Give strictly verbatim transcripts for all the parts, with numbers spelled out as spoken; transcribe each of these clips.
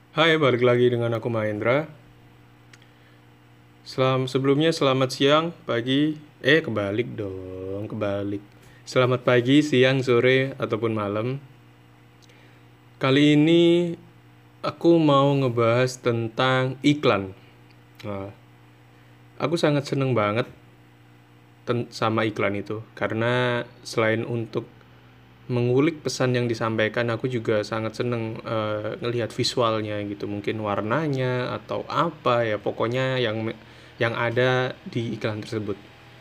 Hai, balik lagi dengan aku Mahendra. Selam sebelumnya selamat siang, pagi, eh kebalik dong, kebalik. Selamat pagi, siang, sore ataupun malam. Kali ini aku mau ngebahas tentang iklan. Nah, aku sangat seneng banget ten- sama iklan itu karena selain untuk mengulik pesan yang disampaikan, aku juga sangat seneng eh, ngelihat visualnya gitu, mungkin warnanya atau apa ya, pokoknya yang yang ada di iklan tersebut.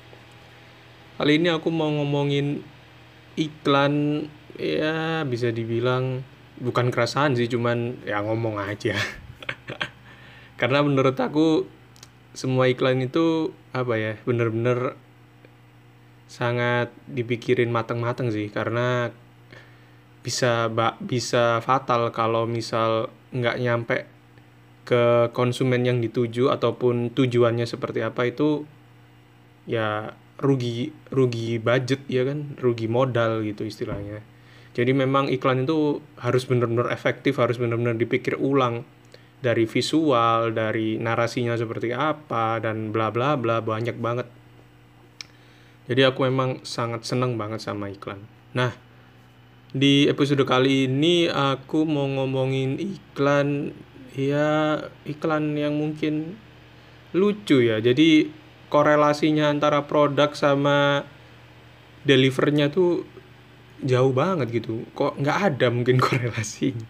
Kali ini aku mau ngomongin iklan, ya bisa dibilang bukan keresahan sih, cuman ya ngomong aja. Karena menurut aku semua iklan itu apa ya, bener-bener sangat dipikirin mateng-mateng sih, karena bisa ba- bisa fatal kalau misal nggak nyampe ke konsumen yang dituju ataupun tujuannya seperti apa. Itu ya rugi rugi budget ya kan, rugi modal gitu istilahnya. Jadi memang iklan itu harus benar-benar efektif, harus benar-benar dipikir ulang, dari visual, dari narasinya seperti apa, dan bla bla bla, banyak banget. Jadi aku memang sangat seneng banget sama iklan. Nah, di episode kali ini aku mau ngomongin iklan, ya iklan yang mungkin lucu ya. Jadi korelasinya antara produk sama delivernya tuh jauh banget gitu. Kok nggak ada mungkin korelasinya.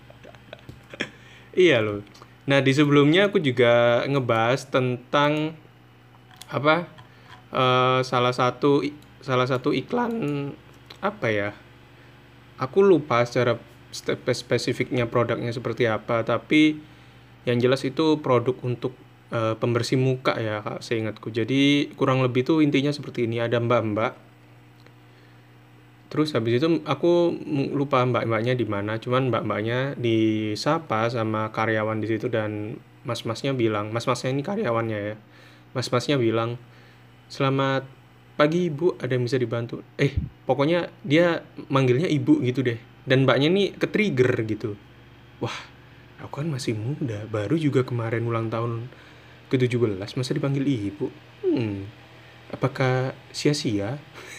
Iya loh. Nah, di sebelumnya aku juga ngebahas tentang apa? eh, salah satu salah satu iklan apa ya? Aku lupa secara spesifiknya produknya seperti apa, tapi yang jelas itu produk untuk eh, pembersih muka ya, Kak, seingatku. Jadi kurang lebih tuh intinya seperti ini, ada mbak-mbak. Terus habis itu aku lupa mbak-mbaknya di mana, cuman mbak-mbaknya disapa sama karyawan di situ, dan mas-masnya bilang, mas-masnya ini karyawannya ya. Mas-masnya bilang, "Selamat pagi Ibu, ada yang bisa dibantu?" Eh, pokoknya dia manggilnya Ibu gitu deh. Dan mbaknya ini ke-trigger gitu. Wah, aku kan masih muda, baru juga kemarin ulang tahun ke tujuh belas, masa dipanggil Ibu? Hmm, apakah sia-sia?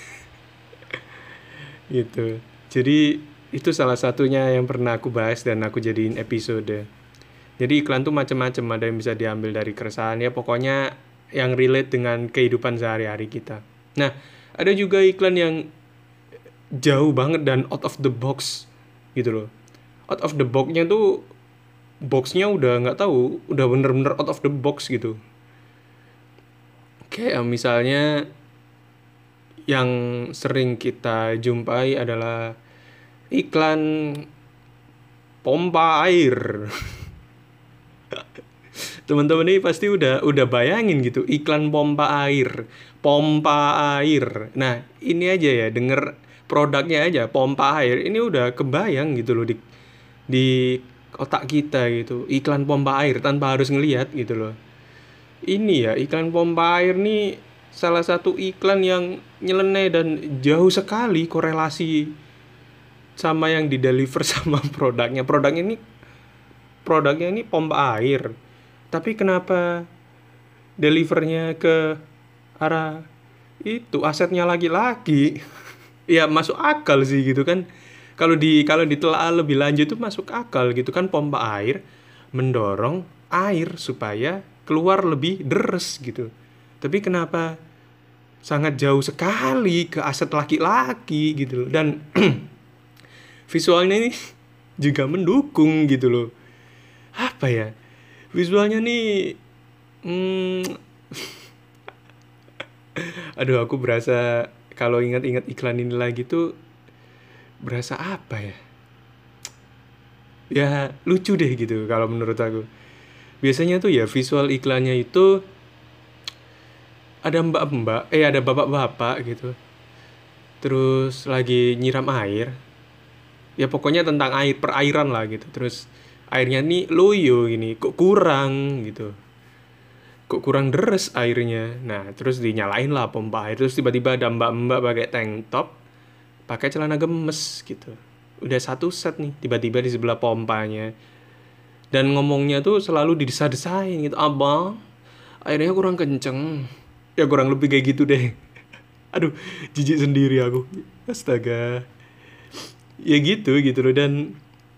Gitu. Jadi itu salah satunya yang pernah aku bahas dan aku jadiin episode. Jadi iklan tuh macam-macam, ada yang bisa diambil dari keresahan ya, pokoknya yang relate dengan kehidupan sehari-hari kita. Nah, ada juga iklan yang jauh banget dan out of the box gitu loh. Out of the box-nya tuh, box-nya udah nggak tahu, udah bener-bener out of the box gitu. Kayak misalnya yang sering kita jumpai adalah iklan pompa air. Teman-teman ini pasti udah udah bayangin gitu, iklan pompa air, pompa air. Nah, ini aja ya, denger produknya aja, pompa air, ini udah kebayang gitu loh di di otak kita gitu. Iklan pompa air tanpa harus ngelihat gitu loh. Ini ya, iklan pompa air nih salah satu iklan yang nyeleneh dan jauh sekali korelasi sama yang di deliver sama produknya. Produknya ini produknya ini pompa air. Tapi kenapa delivernya ke arah itu, asetnya laki-laki? Ya masuk akal sih gitu kan. Kalau di kalau ditelaah lebih lanjut tuh masuk akal gitu kan, pompa air mendorong air supaya keluar lebih deres gitu. Tapi kenapa sangat jauh sekali ke aset laki-laki gitu loh. Dan visualnya ini juga mendukung gitu loh. Apa ya? Visualnya nih, hmm, aduh, aku berasa kalau ingat-ingat iklan ini lagi tuh berasa apa ya? Ya lucu deh gitu kalau menurut aku. Biasanya tuh ya visual iklannya itu ada mbak-mbak, eh ada bapak-bapak gitu. Terus lagi nyiram air. Ya pokoknya tentang air, perairan lah gitu. Terus airnya nih loyo gini, kok kurang gitu. Kok kurang deres airnya. Nah, terus dinyalain lah pompa air. Terus tiba-tiba ada mbak-mbak pakai tank top, pakai celana gemes gitu. Udah satu set nih, tiba-tiba di sebelah pompanya. Dan ngomongnya tuh selalu didesa-desain gitu, abang airnya kurang kenceng, ya kurang lebih kayak gitu deh. Aduh, jijik sendiri aku, astaga. Ya gitu gitu loh. Dan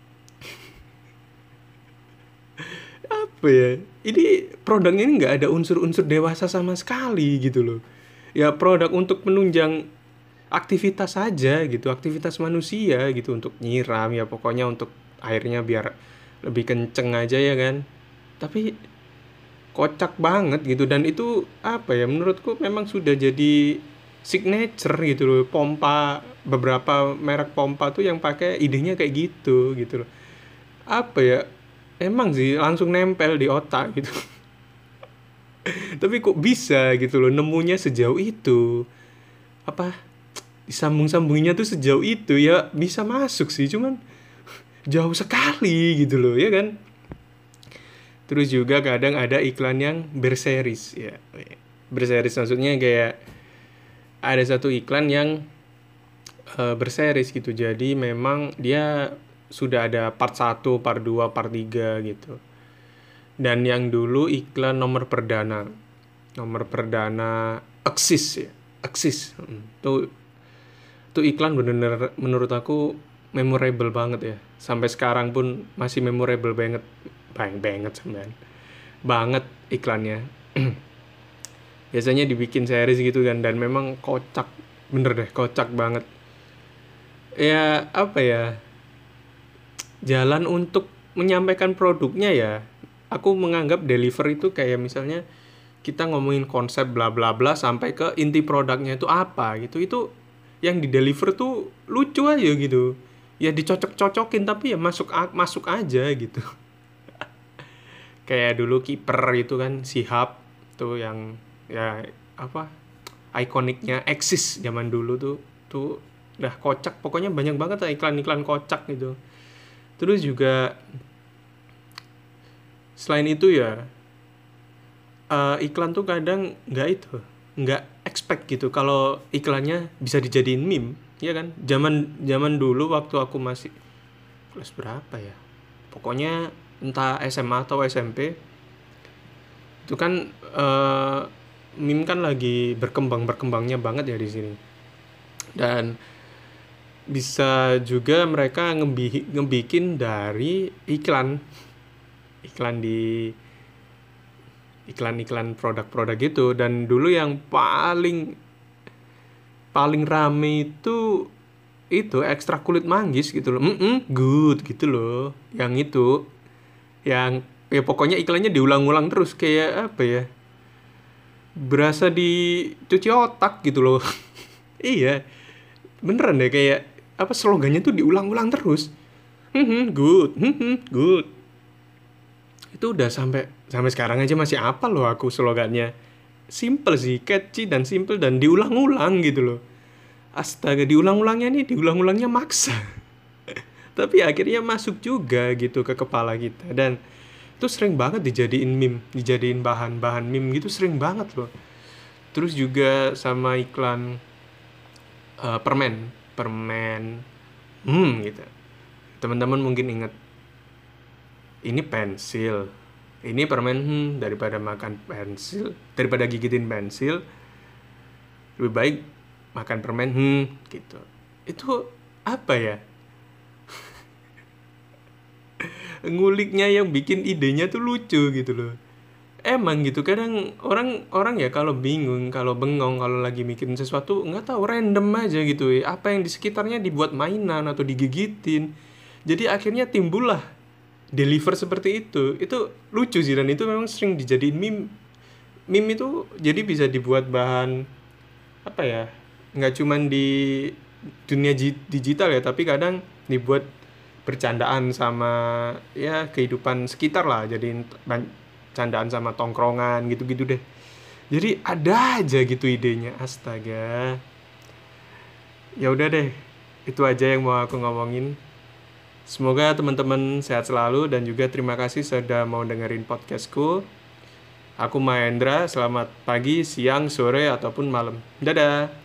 apa ya, ini produknya ini nggak ada unsur-unsur dewasa sama sekali gitu loh. Ya produk untuk menunjang aktivitas saja gitu, aktivitas manusia gitu, untuk nyiram ya, pokoknya untuk airnya biar lebih kenceng aja ya kan. Tapi kocak banget gitu. Dan itu apa ya, menurutku memang sudah jadi signature gitu loh. Pompa, beberapa merek pompa tuh yang pakai idenya kayak gitu gitu loh. Apa ya, emang sih langsung nempel di otak gitu. Tapi kok bisa gitu loh nemunya sejauh itu, apa, disambung-sambungnya tuh sejauh itu ya, bisa masuk sih, cuman jauh sekali gitu loh ya kan. Terus juga kadang ada iklan yang berseries ya. Berseries maksudnya kayak ada satu iklan yang uh, berseries gitu. Jadi memang dia sudah ada part satu, part dua, part tiga gitu. Dan yang dulu iklan nomor perdana. Nomor perdana Axis ya. Axis. Tuh tuh iklan bener-bener menurut aku memorable banget ya. Sampai sekarang pun masih memorable banget. Bang banget sebenarnya. Banget iklannya. Biasanya dibikin series gitu kan, dan memang kocak. Bener deh, kocak banget. Ya, apa ya? Jalan untuk menyampaikan produknya ya. Aku menganggap deliver itu kayak misalnya kita ngomongin konsep bla bla bla sampai ke inti produknya itu apa gitu. Itu yang di deliver tuh lucu aja gitu. Ya dicocok-cocokin tapi ya masuk masuk aja gitu. Kayak dulu kiper itu kan Shihab tuh yang ya apa, ikoniknya Axis zaman dulu tuh tuh udah kocak, pokoknya banyak banget lah iklan-iklan kocak gitu. Terus juga selain itu ya uh, iklan tuh kadang nggak itu nggak expect gitu kalau iklannya bisa dijadiin meme ya kan. Zaman zaman dulu waktu aku masih kelas berapa ya, pokoknya entah S M A atau S M P itu kan uh, meme kan lagi berkembang berkembangnya banget ya di sini. Dan bisa juga mereka ngebi- ngebikin dari iklan iklan di iklan-iklan produk-produk gitu. Dan dulu yang paling paling rame itu itu ekstra kulit manggis gitu loh. Mm-mm, good gitu loh. Yang itu yang ya pokoknya iklannya diulang-ulang terus, kayak apa ya, berasa dicuci otak gitu loh. Iya, beneran deh, kayak apa, slogannya tuh diulang-ulang terus. Hmm, good, hmm, good. Itu udah sampai sampai sekarang aja masih apa loh aku slogannya. Simple sih, catchy dan simple dan diulang-ulang gitu loh. Astaga, diulang-ulangnya nih, diulang-ulangnya maksa. Tapi akhirnya masuk juga gitu ke kepala kita. Dan itu sering banget dijadiin meme, dijadiin bahan-bahan meme gitu, sering banget loh. Terus juga sama iklan uh, permen, permen, hmm gitu. Teman-teman mungkin ingat, ini pensil, ini permen, hmm, daripada makan pensil, daripada gigitin pensil, lebih baik makan permen, hmm gitu. Itu apa ya? Nguliknya yang bikin idenya tuh lucu gitu loh. Emang gitu, kadang orang orang ya kalau bingung, kalau bengong, kalau lagi mikirin sesuatu nggak tahu, random aja gitu ya. Apa yang di sekitarnya dibuat mainan atau digigitin. Jadi akhirnya timbullah deliver seperti itu. Itu lucu sih, dan itu memang sering dijadiin meme. Meme itu jadi bisa dibuat bahan apa ya? Nggak cuman di dunia digital ya, tapi kadang dibuat bercandaan sama ya kehidupan sekitar lah, jadiin candaan sama tongkrongan gitu-gitu deh. Jadi ada aja gitu idenya, astaga. Ya udah deh, itu aja yang mau aku ngomongin. Semoga teman-teman sehat selalu, dan juga terima kasih sudah mau dengerin podcastku. Aku Mahendra, selamat pagi, siang, sore, ataupun malam. Dadah.